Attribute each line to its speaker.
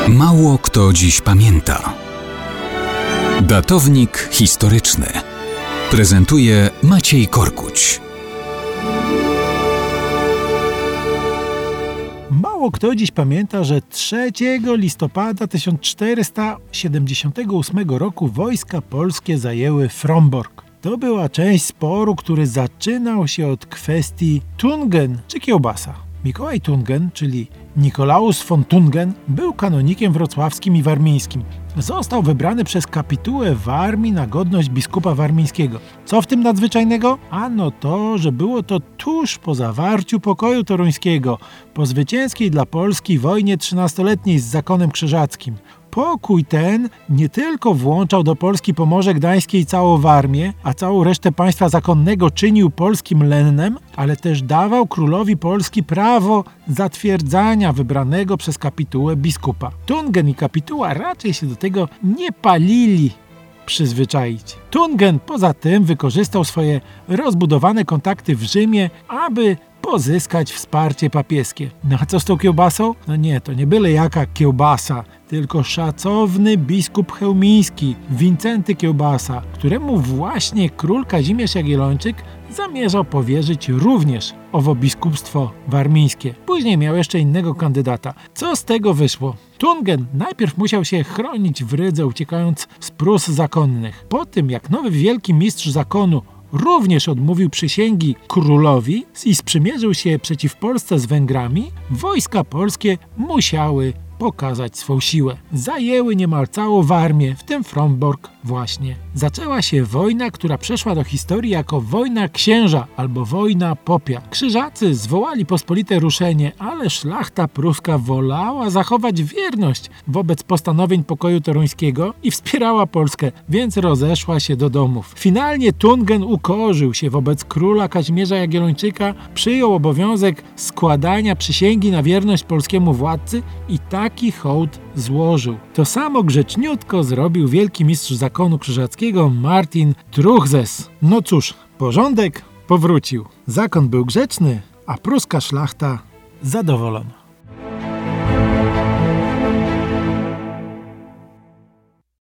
Speaker 1: Mało kto dziś pamięta. Datownik historyczny prezentuje Maciej Korkuć.
Speaker 2: Mało kto dziś pamięta, że 3 listopada 1478 roku wojska polskie zajęły Frombork. To była część sporu, który zaczynał się od kwestii Tungen czy kiełbasa. Mikołaj Tungen, czyli Nikolaus von Tungen, był kanonikiem wrocławskim i warmińskim. Został wybrany przez kapitułę Warmii na godność biskupa warmińskiego. Co w tym nadzwyczajnego? Ano to, że było to tuż po zawarciu pokoju toruńskiego, po zwycięskiej dla Polski wojnie 13-letniej z zakonem krzyżackim. Pokój ten nie tylko włączał do Polski Pomorze Gdańskie i całą Warmię, a całą resztę państwa zakonnego czynił polskim lennem, ale też dawał królowi Polski prawo zatwierdzania wybranego przez kapitułę biskupa. Tungen i kapituła raczej się do tego nie palili przyzwyczaić. Tungen poza tym wykorzystał swoje rozbudowane kontakty w Rzymie, aby pozyskać wsparcie papieskie. No a co z tą kiełbasą? No nie, to nie byle jaka kiełbasa, tylko szacowny biskup chełmiński, Wincenty Kiełbasa, któremu właśnie król Kazimierz Jagiellończyk zamierzał powierzyć również owo biskupstwo warmińskie. Później miał jeszcze innego kandydata. Co z tego wyszło? Tungen najpierw musiał się chronić w Rydze, uciekając z Prus zakonnych. Po tym, jak nowy wielki mistrz zakonu również odmówił przysięgi królowi i sprzymierzył się przeciw Polsce z Węgrami, wojska polskie musiały pokazać swą siłę. Zajęły niemal całą Warmię, w tym Frombork właśnie. Zaczęła się wojna, która przeszła do historii jako wojna księża albo wojna popia. Krzyżacy zwołali pospolite ruszenie, ale szlachta pruska wolała zachować wierność wobec postanowień pokoju toruńskiego i wspierała Polskę, więc rozeszła się do domów. Finalnie Tungen ukorzył się wobec króla Kazimierza Jagiellończyka, przyjął obowiązek składania przysięgi na wierność polskiemu władcy i taki hołd złożył. To samo grzeczniutko zrobił wielki mistrz zakonu krzyżackiego Martin Truchsess. No cóż, porządek powrócił. Zakon był grzeczny, a pruska szlachta zadowolona.